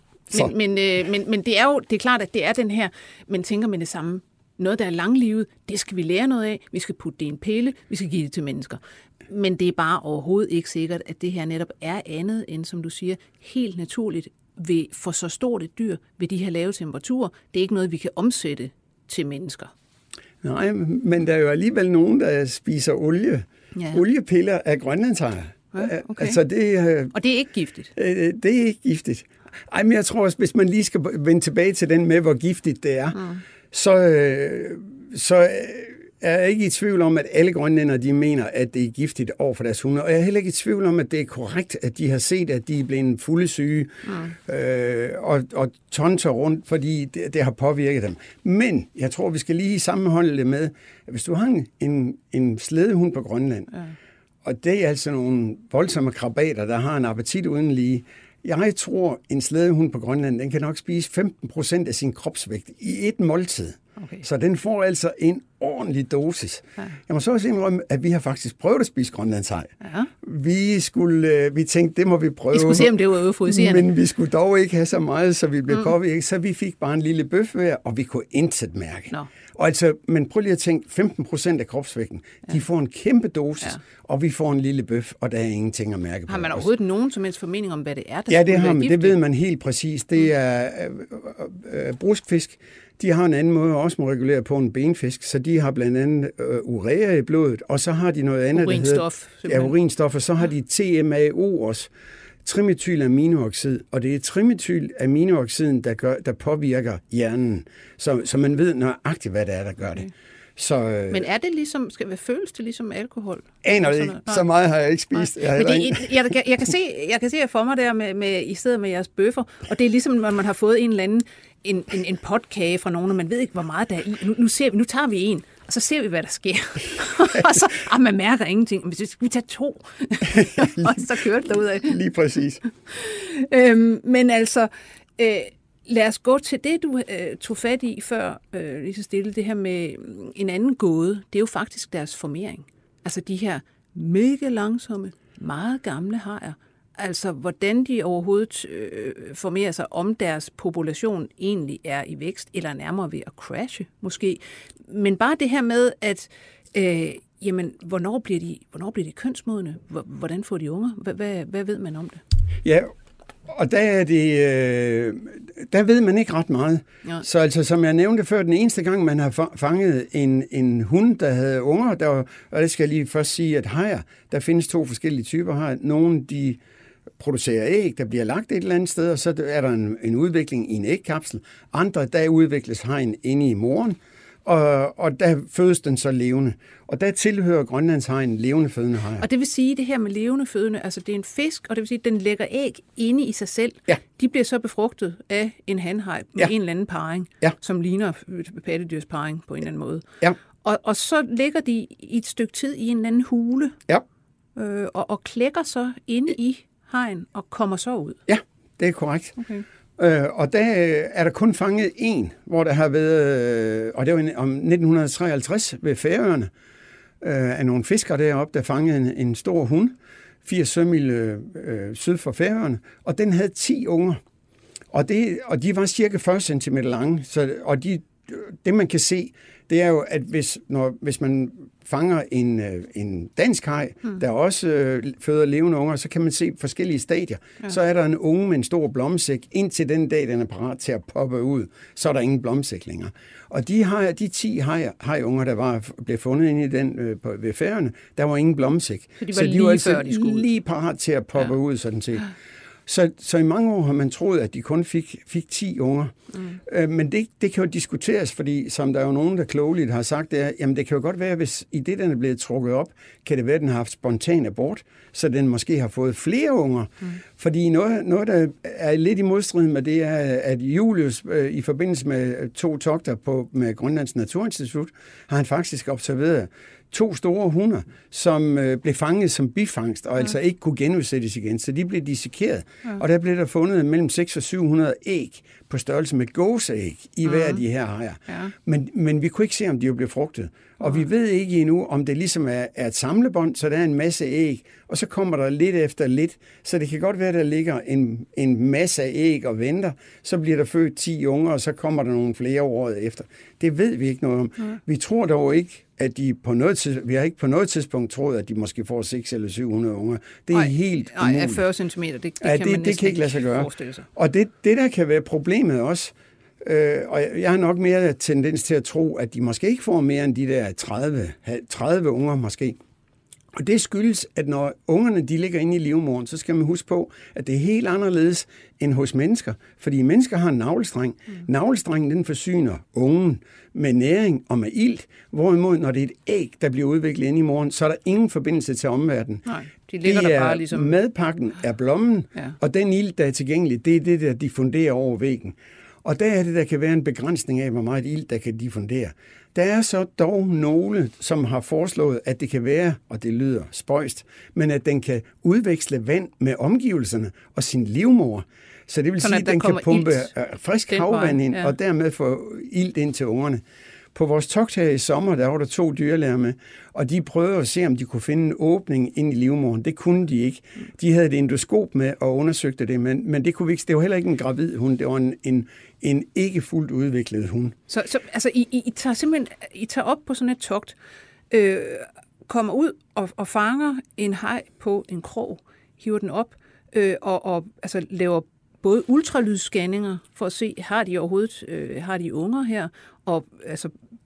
C: Men det er klart, at det er den her, man tænker med det samme. Noget, der er langlivet, det skal vi lære noget af. Vi skal putte det i en pille, vi skal give det til mennesker. Men det er bare overhovedet ikke sikkert, at det her netop er andet end, som du siger, helt naturligt for så stort et dyr ved de her lave temperaturer. Det er ikke noget, vi kan omsætte til mennesker.
D: Nej, men der er jo alligevel nogen, der spiser oliepiller af grønlandshajer.
C: Ja, okay.
D: Altså
C: og det er ikke giftigt?
D: Det er ikke giftigt. Ej, men jeg tror også, hvis man lige skal vende tilbage til den med, hvor giftigt det er, så er jeg ikke i tvivl om, at alle grønlændere, de mener, at det er giftigt over for deres hunde. Og jeg er heller ikke i tvivl om, at det er korrekt, at de har set, at de er blevet fulde syge og tonser rundt, fordi det har påvirket dem. Men jeg tror, vi skal lige sammenholde det med, at hvis du har en slædehund på Grønland, og det er altså nogle voldsomme krabater, der har en appetit uden lige. Jeg tror, en slædehund på Grønland, den kan nok spise 15% af sin kropsvægt i et måltid. Okay. Så den får altså en ordentlig dosis. Ja. Jeg må så også indrømme, at vi har faktisk prøvet at spise grønlandshaj. Ja. Vi tænkte, det må vi prøve.
C: Vi skulle se, om det var euforiserende.
D: Men vi skulle dog ikke have så meget, så vi blev påvirket. Så vi fik bare en lille bøf hver, og vi kunne intet mærke. No. Og altså, men prøv lige at tænke, 15% af kropsvægten, de får en kæmpe dosis, og vi får en lille bøf, og der er ingenting at mærke på.
C: Har man overhovedet nogen som helst formening om, hvad det er, der
D: det har man. Det ved man helt præcis. Det er bruskfisk. De har en anden måde også må regulere på en benfisk, så de har blandt andet urea i blodet, og så har de noget andet,
C: urinstof,
D: der hedder urinstof, og så har de TMAO også, trimetylaminoxid, og det er trimetylaminoxiden, der påvirker hjernen, så man ved nøjagtigt, hvad det er, der gør det. Så,
C: men er det ligesom, føles det ligesom alkohol?
D: Aner det ikke. Så meget har jeg ikke spist.
C: Jeg kan se jer for mig der med i stedet med jeres bøffer, og det er ligesom, når man har fået en eller anden en potkage fra nogen, og man ved ikke, hvor meget der er i. Nu tager vi en, og så ser vi, hvad der sker. Og så, man mærker ingenting. Men vi tager 2, og så kører det derudad.
D: Lige præcis.
C: Men altså, lad os gå til det, du tog fat i før, lige så stille, det her med en anden gåde. Det er jo faktisk deres formering. Altså de her mega langsomme, meget gamle hajer. Altså, hvordan de overhovedet formerer sig, om deres population egentlig er i vækst, eller nærmere ved at crashe, måske. Men bare det her med, at jamen, hvornår bliver de kønsmodne? Hvordan får de unger? Hvad ved man om det?
D: Ja, og der ved man ikke ret meget. Ja. Så altså, som jeg nævnte før, den eneste gang, man har fanget en hund, der havde unger, og det skal jeg lige først sige, at hajer, der findes 2 forskellige typer hajer. Nogle, de producerer æg, der bliver lagt et eller andet sted, og så er der en udvikling i en ægkapsel. Andre, der udvikles hajen inde i moren, og der fødes den så levende. Og der tilhører grønlandshajen levende fødende hajer.
C: Og det vil sige, det her med levende fødende, altså det er en fisk, og det vil sige, at den lægger æg inde i sig selv.
D: Ja.
C: De bliver så befrugtet af en hanhaj med en eller anden parring, som ligner pattedyrsparring på en eller anden måde.
D: Ja.
C: Og så ligger de i et stykke tid i en eller anden hule, og klækker så inde i hajen og kommer så ud. Ja,
D: det er korrekt. Okay. Og der er der kun fanget en, hvor der har været, og det var om 1953 ved Færøerne, af nogle fiskere deroppe, der fangede en stor hund, 80 sømil syd for Færøerne, og den havde 10 unger. Og de var cirka 40 cm lange, og det man kan se, det er jo, at hvis man fanger en dansk haj, der også føder levende unger, så kan man se forskellige stadier. Ja. Så er der en unge med en stor blomsæk, indtil den dag, den er parat til at poppe ud, så er der ingen blomsæk længere. Og de 10 hajunger, der blev fundet inde i den ved Færøerne, der var ingen blomsæk.
C: Så de var altså
D: lige parat til at poppe ud, sådan set. Så i mange år har man troet, at de kun fik 10 unger. Men det kan jo diskuteres, fordi som der er jo nogen, der klogeligt har sagt, det er, jamen det kan jo godt være, hvis i det, den er blevet trukket op, kan det være, at den har haft spontan abort, så den måske har fået flere unger. Fordi noget, der er lidt i modstrid med det, er, at Julius i forbindelse med 2 togter med Grønlands Naturinstitut, har han faktisk observeret 2 store hunder, som blev fanget som bifangst, og altså ikke kunne genudsættes igen. Så de blev dissekeret. Og der blev der fundet mellem 600 og 700 æg på størrelse med gåseæg i hver af de her hajer. Ja. Men vi kunne ikke se, om de blev frugtet. Og vi ved ikke endnu, om det ligesom er et samlebånd, så der er en masse æg, og så kommer der lidt efter lidt. Så det kan godt være, at der ligger en masse af æg og venter. Så bliver der født 10 unger, og så kommer der nogle flere året efter. Det ved vi ikke noget om. Vi tror dog ikke, at vi har ikke på noget tidspunkt troet, at de måske får 600 eller 700 unger. Det er helt umuligt.
C: Nej, 40 cm, det kan man næsten
D: ikke lade sig gøre.
C: Forestille sig.
D: Og det der kan være problemet også, og jeg har nok mere tendens til at tro, at de måske ikke får mere end de der 30 unger måske. Og det skyldes, at når ungerne de ligger inde i livmoderen, så skal man huske på, at det er helt anderledes end hos mennesker. Fordi mennesker har en navlestreng. Navlestrengen den forsyner ungen med næring og med ilt. Hvorimod, når det er et æg, der bliver udviklet inde i moren, så er der ingen forbindelse til omverdenen.
C: Nej, de ligger der bare ligesom...
D: Madpakken er blommen, og den ilt, der er tilgængelig, det er det, der diffunderer over væggen. Og der er det, der kan være en begrænsning af, hvor meget ilt, der kan diffundere. Der er så dog nogle, som har foreslået, at det kan være, og det lyder spøjst, men at den kan udveksle vand med omgivelserne og sin livmor. Så det vil sige, at den kan pumpe frisk havvand ind, og dermed få ilt ind til ungerne. På vores togt her i sommer, der var der 2 dyrlæger med, og de prøvede at se, om de kunne finde en åbning ind i livmoderen. Det kunne de ikke. De havde et endoskop med og undersøgte det, men det kunne vi ikke. Det var heller ikke en gravid hund, det var en ikke fuldt udviklet hund. Så
C: altså, I tager simpelthen op på sådan et togt, kommer ud og fanger en haj på en krog, hiver den op og altså laver både ultralydsscanninger for at se, har de overhovedet har de unger her, og altså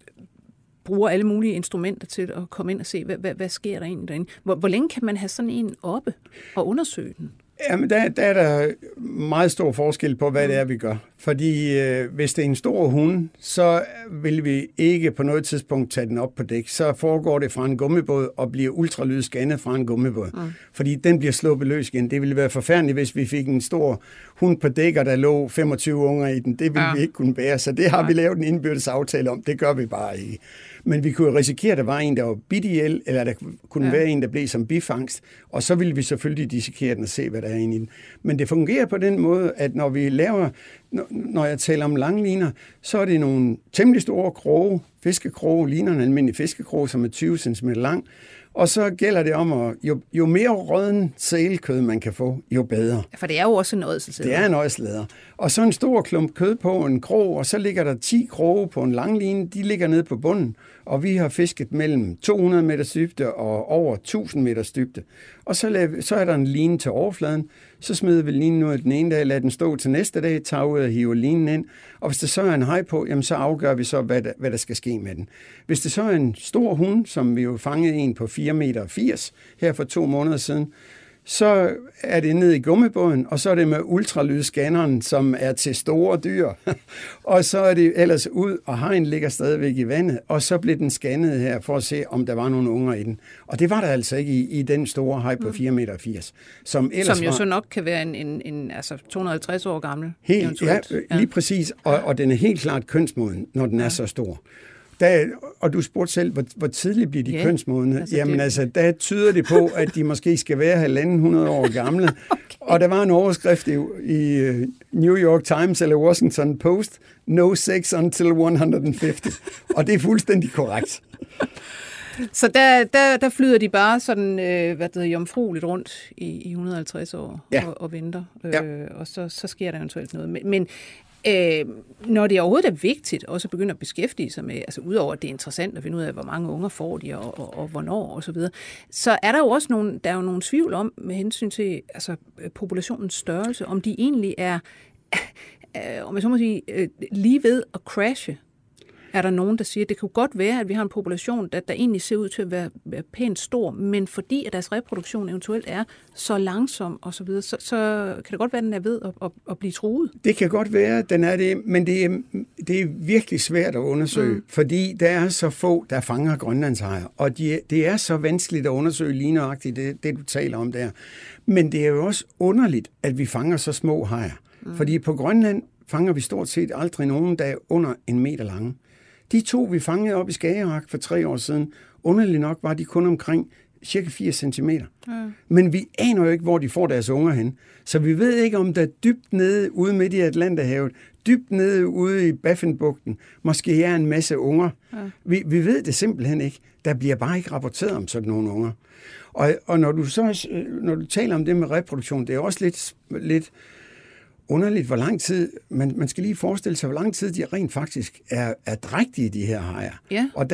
C: bruger alle mulige instrumenter til at komme ind og se, hvad sker der egentlig derinde. Hvor længe kan man have sådan en oppe og undersøge den?
D: Jamen, der er der meget stor forskel på, hvad det er, vi gør. Fordi hvis det er en stor hund, så vil vi ikke på noget tidspunkt tage den op på dæk. Så foregår det fra en gummibåd og bliver ultralydsscannet fra en gummibåd. Fordi den bliver sluppet løs igen. Det ville være forfærdeligt, hvis vi fik en stor hund på dæk, og der lå 25 unger i den. Det ville vi ikke kunne bære. Så det har vi lavet en indbyrdes aftale om. Det gør vi bare ikke. Men vi kunne risikere, at der var en, der var bidt ihjel, eller der kunne være en, der blev som bifangst. Og så ville vi selvfølgelig dissekere den og se, hvad der er inde i den. Men det fungerer på den måde, at når vi laver, når jeg taler om langliner, så er det nogle temmelig store kroge, fiskekroge, ligner en almindelig fiskekroge, som er 20 cm lang. Og så gælder det om, at jo mere rødden sælkød man kan få, jo bedre.
C: For det er jo også en ådselsleder.
D: Det er en ådselsleder. Og så en stor klump kød på en krog, og så ligger der 10 kroge på en langline. De ligger nede på bunden, og vi har fisket mellem 200 meters dybde og over 1000 meters dybde. Og så er der en line til overfladen. Så smider vi linen ud den ene dag, lader den stå til næste dag, tager ud og hiver linen ind. Og hvis der så er en haj på, jamen så afgør vi så, hvad der skal ske med den. Hvis det så er en stor hund, som vi jo fangede en på 4,80 meter her for 2 måneder siden, så er det ned i gummibåden, og så er det med ultralydsscanneren, som er til store dyr. Og så er det ellers ud, og hajen ligger stadigvæk i vandet, og så blev den scannet her for at se, om der var nogle unger i den. Og det var der altså ikke i den store haj på 4,80 meter. Som jo
C: så nok kan være en 250 år gammel.
D: Helt, ja, lige præcis. Og den er helt klart kønsmoden, når den er så stor. Og du spurgte selv, hvor tidligt bliver de kønsmodne? Altså, jamen der tyder det på, at de måske skal være 1.500 år gamle. Okay. Og der var en overskrift i New York Times eller Washington Post, no sex until 150. Og det er fuldstændig korrekt.
C: Så der flyder de bare sådan, jomfrueligt rundt i 150 år og venter. Og så sker der eventuelt noget. Men når det overhovedet er vigtigt også at begynde at beskæftige sig med, altså udover at det er interessant at finde ud af, hvor mange unger får de og hvornår og så videre, så er der jo også nogle tvivl om med hensyn til populationens størrelse, om de egentlig er, om jeg så må sige, lige ved at crashe. Er der nogen, der siger, at det kan godt være, at vi har en population, der egentlig ser ud til at være pænt stor, men fordi at deres reproduktion eventuelt er så langsom og så videre, så kan det godt være, at den er ved at blive truet. Det kan godt være, den er det, men det er virkelig svært at undersøge, fordi der er så få, der fanger grønlandshajer, og det er så vanskeligt at undersøge lige nøjagtigt det, du taler om der. Men det er jo også underligt, at vi fanger så små hajer, fordi på Grønland fanger vi stort set aldrig nogen, der er under 1 meter lange. De 2, vi fangede op i Skagerrak for 3 år siden, underligt nok var de kun omkring cirka 80 cm. Men vi aner jo ikke, hvor de får deres unger hen. Så vi ved ikke, om der er dybt nede ude midt i Atlanterhavet, dybt nede ude i Baffinbugten, måske er en masse unger. Vi ved det simpelthen ikke. Der bliver bare ikke rapporteret om sådan nogle unger. Og når du taler om det med reproduktion, det er også lidt underligt, hvor lang tid, man skal lige forestille sig, hvor lang tid de rent faktisk er drægtige, de her hajer. Ja. Og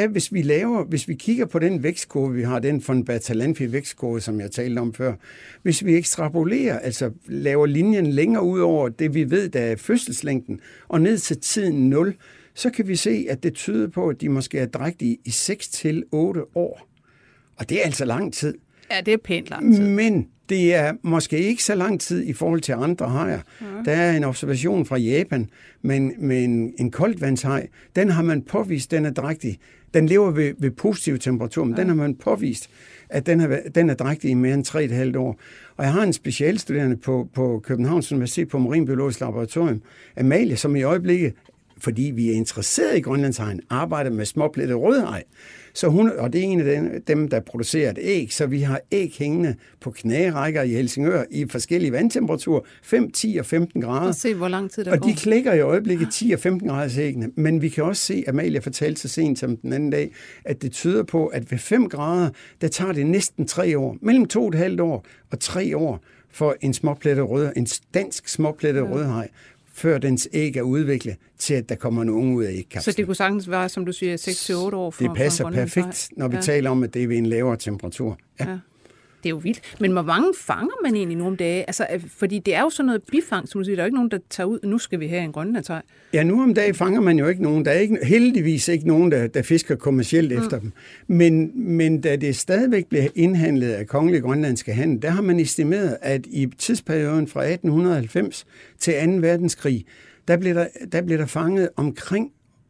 C: hvis vi kigger på den vækstkurve, vi har, den von Bertalanffy vækstkurve, som jeg talte om før, hvis vi ekstrapolerer, altså laver linjen længere ud over det, vi ved, der er fødselslængden, og ned til tiden 0, så kan vi se, at det tyder på, at de måske er drægtige i 6 til 8 år. Og det er altså lang tid. Ja, det er pænt lang tid.
D: Men det er måske ikke så lang tid i forhold til andre hajer. Der er en observation fra Japan med en koldvandshaj. Den har man påvist, den er drægtig. Den lever ved positiv temperatur, men den har man påvist, at den er drægtig i mere end 3,5 år. Og jeg har en specialstuderende på Københavns Universitet på Marinbiologisk Laboratorium, Amalie, som i øjeblikket, fordi vi er interesseret i grønlandshajen, arbejder med småplettet rødhaj. Så og det er en af dem, der producerer et æg, så vi har æg hængende på knærækker i Helsingør i forskellige vandtemperaturer, 5, 10 og 15 grader.
C: Og se, hvor lang tid der
D: går. Og de klikker i øjeblikket 10 og 15 graders æggene, men vi kan også se, Amalie fortalte så sent som den anden dag, at det tyder på, at ved 5 grader, der tager det næsten 3 år, mellem 2,5 år og 3 år for en dansk småplettet rødhaj, før dens æg er udviklet til, at der kommer en unge ud af ægkapslen.
C: Så det kunne sagtens være, som du siger, 6-8 år fra.
D: Det passer perfekt, når vi taler om, at det er ved en lavere temperatur. Ja.
C: Det er jo vildt. Men hvor mange fanger man egentlig nogle dage? Altså, fordi det er jo sådan noget bifang, som du siger. Der er jo ikke nogen, der tager ud, nu skal vi have en grønlandshaj.
D: Ja, nu om dagen fanger man jo ikke nogen. Der er heldigvis ikke nogen, der fisker kommercielt efter dem. Men da det stadigvæk bliver indhandlet af Kongelig Grønlandske Handel, der har man estimeret, at i tidsperioden fra 1890 til 2. verdenskrig, der blev der fanget omkring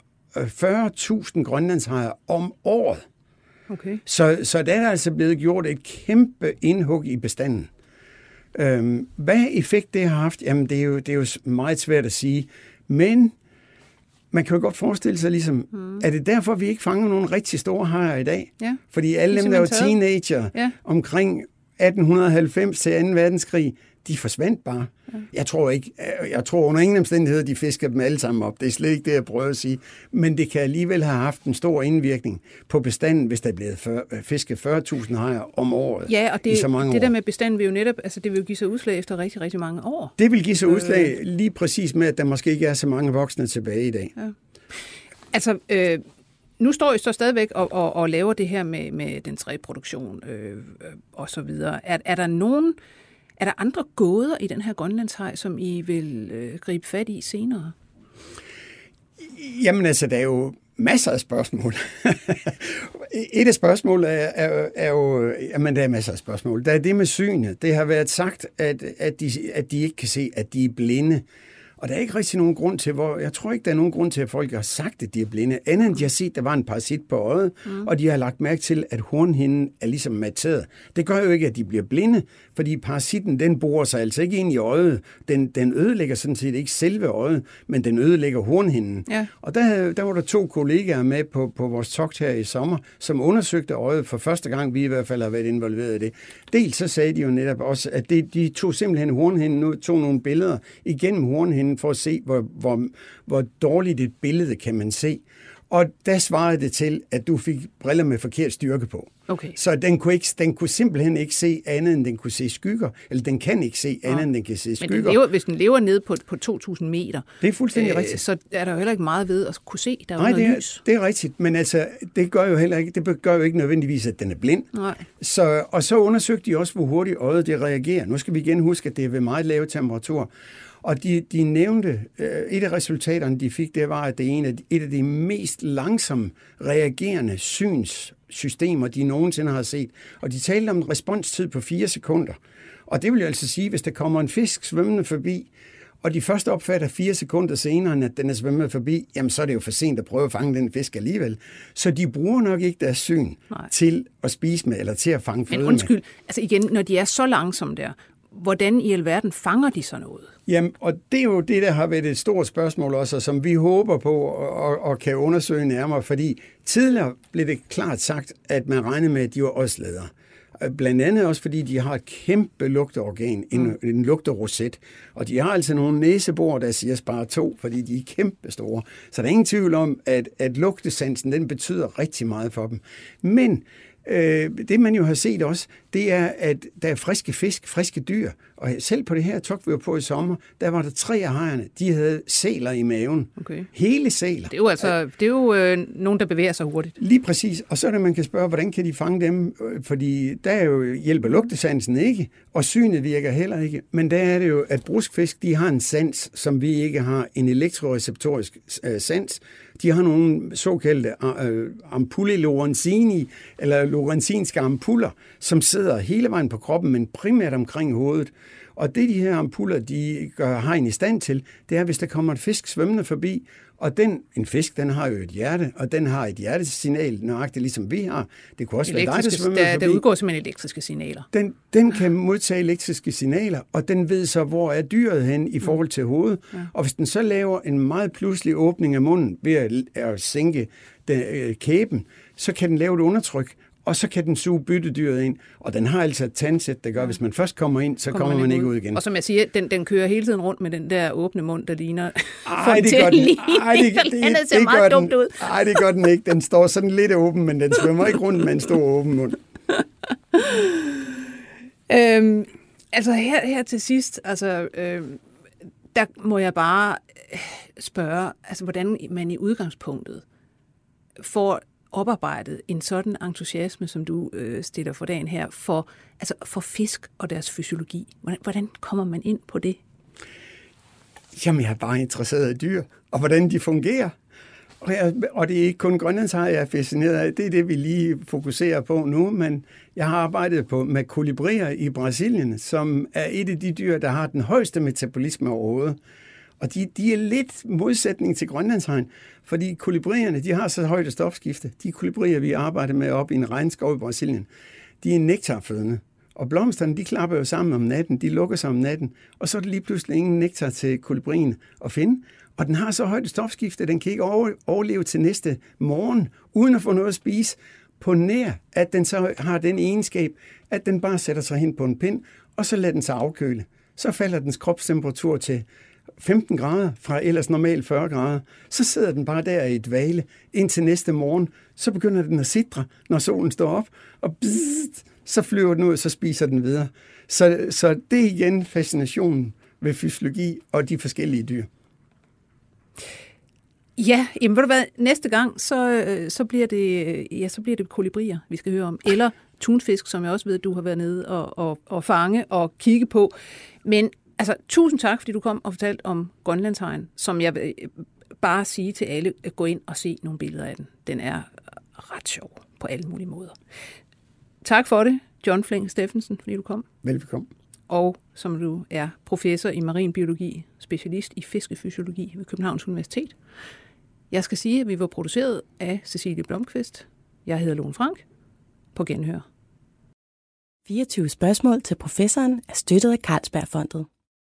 D: 40.000 grønlandshajer om året.
C: Okay.
D: Så der er altså blevet gjort et kæmpe indhug i bestanden. Hvad effekt det har haft, jamen det er jo meget svært at sige, men man kan jo godt forestille sig ligesom, er det derfor, vi ikke fanger nogle rigtig store hajer i dag?
C: Ja.
D: Fordi alle dem, der var teenager omkring 1890 til 2. verdenskrig, de forsvandt bare. Ja. Jeg tror under ingen omstændigheder, de fisker dem alle sammen op. Det er slet ikke det, jeg prøver at sige. Men det kan alligevel have haft en stor indvirkning på bestanden, hvis der er blevet fisket 40.000 hajer om året.
C: Ja, og
D: i så mange
C: det
D: år.
C: der med bestanden vil jo netop, altså det vil jo give sig udslag efter rigtig, rigtig mange år.
D: Det vil give sig udslag lige præcis med, at der måske ikke er så mange voksne tilbage i dag. Ja.
C: Altså, nu står I så stadigvæk og laver det her med dens reproduktion og så videre. Er der andre gåder i den her grønlandshaj, som I vil gribe fat i senere?
D: Jamen altså, der er jo masser af spørgsmål. Et af spørgsmålene er jo, jamen der er masser af spørgsmål. Der er det med synet. Det har været sagt, at de ikke kan se, at de er blinde. Og der er ikke rigtig nogen grund til, jeg tror ikke, der er nogen grund til, at folk har sagt, at de er blinde. Andet end de har set, at der var en parasit på øjet, og de har lagt mærke til, at hornhinden er ligesom materet. Det gør jo ikke, at de bliver blinde, fordi parasitten, den borer sig altså ikke ind i øjet. Den ødelægger sådan set ikke selve øjet, men den ødelægger hornhinden. Ja. Og der var der 2 kollegaer med på vores togt her i sommer, som undersøgte øjet for første gang, vi i hvert fald har været involveret i det. Dels så sagde de jo netop også, at de tog simpelthen hornhinden, tog nogle billeder igennem hornhinden, for at se, hvor dårligt et billede kan man se. Og der svarede det til, at du fik briller med forkert styrke på. Okay. Så den kunne simpelthen ikke se andet, end den kunne se skygger. Eller den kan ikke se andet, end den kan se skygger.
C: Men hvis den lever nede på 2.000 meter,
D: det er fuldstændig rigtigt.
C: Så er der jo heller ikke meget ved at kunne se, der er
D: noget
C: lys.
D: Det er rigtigt, men altså, det gør jo ikke nødvendigvis, at den er blind. Nej. Og så undersøgte de også, hvor hurtigt øjet det reagerer. Nu skal vi igen huske, at det er ved meget lave temperatur. Og de nævnte, et af resultaterne, de fik, det var, at det er et af de mest langsomt reagerende synssystemer, de nogensinde har set. Og de talte om en responstid på 4 sekunder. Og det vil jo altså sige, hvis der kommer en fisk svømmende forbi, og de først opfatter 4 sekunder senere, at den er svømmet forbi, jamen så er det jo for sent at prøve at fange den fisk alligevel. Så de bruger nok ikke deres syn til at spise med, eller til at fange føde med.
C: Men undskyld, altså igen, når de er så langsomme der, hvordan i alverden fanger de så noget?
D: Jamen, og det er jo det, der har været et stort spørgsmål også, som vi håber på og kan undersøge nærmere, fordi tidligere blev det klart sagt, at man regnede med, at de var ådsledere. Blandt andet også, fordi de har et kæmpe lugteorgan, en lugteroset, og de har altså nogle næsebor, der siger bare 2, fordi de er kæmpe store. Så der er ingen tvivl om, at lugtesansen, den betyder rigtig meget for dem. Men det man jo har set også, det er, at der er friske fisk, friske dyr. Og selv på det her togt, vi var på i sommer, der var der 3 af hajerne, de havde sæler i maven. Okay. Hele sæler.
C: Det er jo nogen, der bevæger sig hurtigt.
D: Lige præcis. Og så er det, man kan spørge, hvordan kan de fange dem? Fordi der er jo hjælper lugtesansen ikke, og synet virker heller ikke. Men der er det jo, at bruskfisk, de har en sans, som vi ikke har, en elektroreceptorisk sans. De har nogle såkaldte ampulle lorenzini, eller lorenzinske ampuller, som sidder hele vejen på kroppen, men primært omkring hovedet. Og det, de her ampuller, de gør hegn i stand til, det er, hvis der kommer en fisk svømmende forbi, og en fisk, den har jo et hjerte, og den har et hjertesignal, nøjagtigt ligesom vi har. Det kunne også være dig, der svømmer forbi.
C: Der udgår simpelthen elektriske signaler.
D: Den kan modtage elektriske signaler, og den ved så, hvor er dyret hen i forhold til hovedet. Ja. Og hvis den så laver en meget pludselig åbning af munden ved at sænke kæben, så kan den lave et undertryk, og så kan den suge byttedyret ind. Og den har altså et tandsæt, der gør, hvis man først kommer ind, så kommer man ikke ud igen.
C: Og som jeg siger, den kører hele tiden rundt med den der åbne mund, der ligner
D: det gør den. Det gør den ikke. Den står sådan lidt åben, men den svømmer ikke rundt med en stor åben mund.
C: Altså her til sidst, der må jeg bare spørge, altså hvordan man i udgangspunktet får oparbejdet en sådan entusiasme, som du stiller for dagen her, for fisk og deres fysiologi? Hvordan kommer man ind på det?
D: Jamen, jeg er bare interesseret i dyr, og hvordan de fungerer. Og det er ikke kun grønlandshajer, jeg er fascineret af. Det er det, vi lige fokuserer på nu, men jeg har arbejdet med kolibrier i Brasilien, som er et af de dyr, der har den højeste metabolisme overhovedet. Og de er lidt modsætning til grønlandshajen, fordi kolibrierne, de har så højt stofskifte. De kolibrier, vi arbejder med op i en regnskov i Brasilien, de er nektarfødende. Og blomsterne, de klapper jo sammen om natten, de lukker sig om natten, og så er der lige pludselig ingen nektar til kolibrien at finde. Og den har så højt stofskifte, den kan ikke overleve til næste morgen, uden at få noget at spise, på nær, at den så har den egenskab, at den bare sætter sig hen på en pind, og så lader den sig afkøle. Så falder dens kropstemperatur til 15 grader fra ellers normalt 40 grader. Så sidder den bare der i et dvale indtil næste morgen. Så begynder den at sidre, når solen står op, og så flyver den ud, og så spiser den videre. Så det er igen fascinationen ved fysiologi og de forskellige dyr.
C: Ja, jamen ved du hvad, næste gang, så bliver det kolibrier, vi skal høre om. Eller tunfisk, som jeg også ved, du har været nede og fange og kigge på. Men altså, tusind tak, fordi du kom og fortalte om grønlandshajen, som jeg vil bare sige til alle, at gå ind og se nogle billeder af den. Den er ret sjov på alle mulige måder. Tak for det, John Fleng Steffensen, fordi du kom.
D: Velbekomme.
C: Og som du er professor i marin biologi, specialist i fiskefysiologi ved Københavns Universitet. Jeg skal sige, at vi var produceret af Cecilie Blomqvist. Jeg hedder Lone Frank. På genhør.
A: 24 spørgsmål til professoren er støttet af Carlsbergfondet.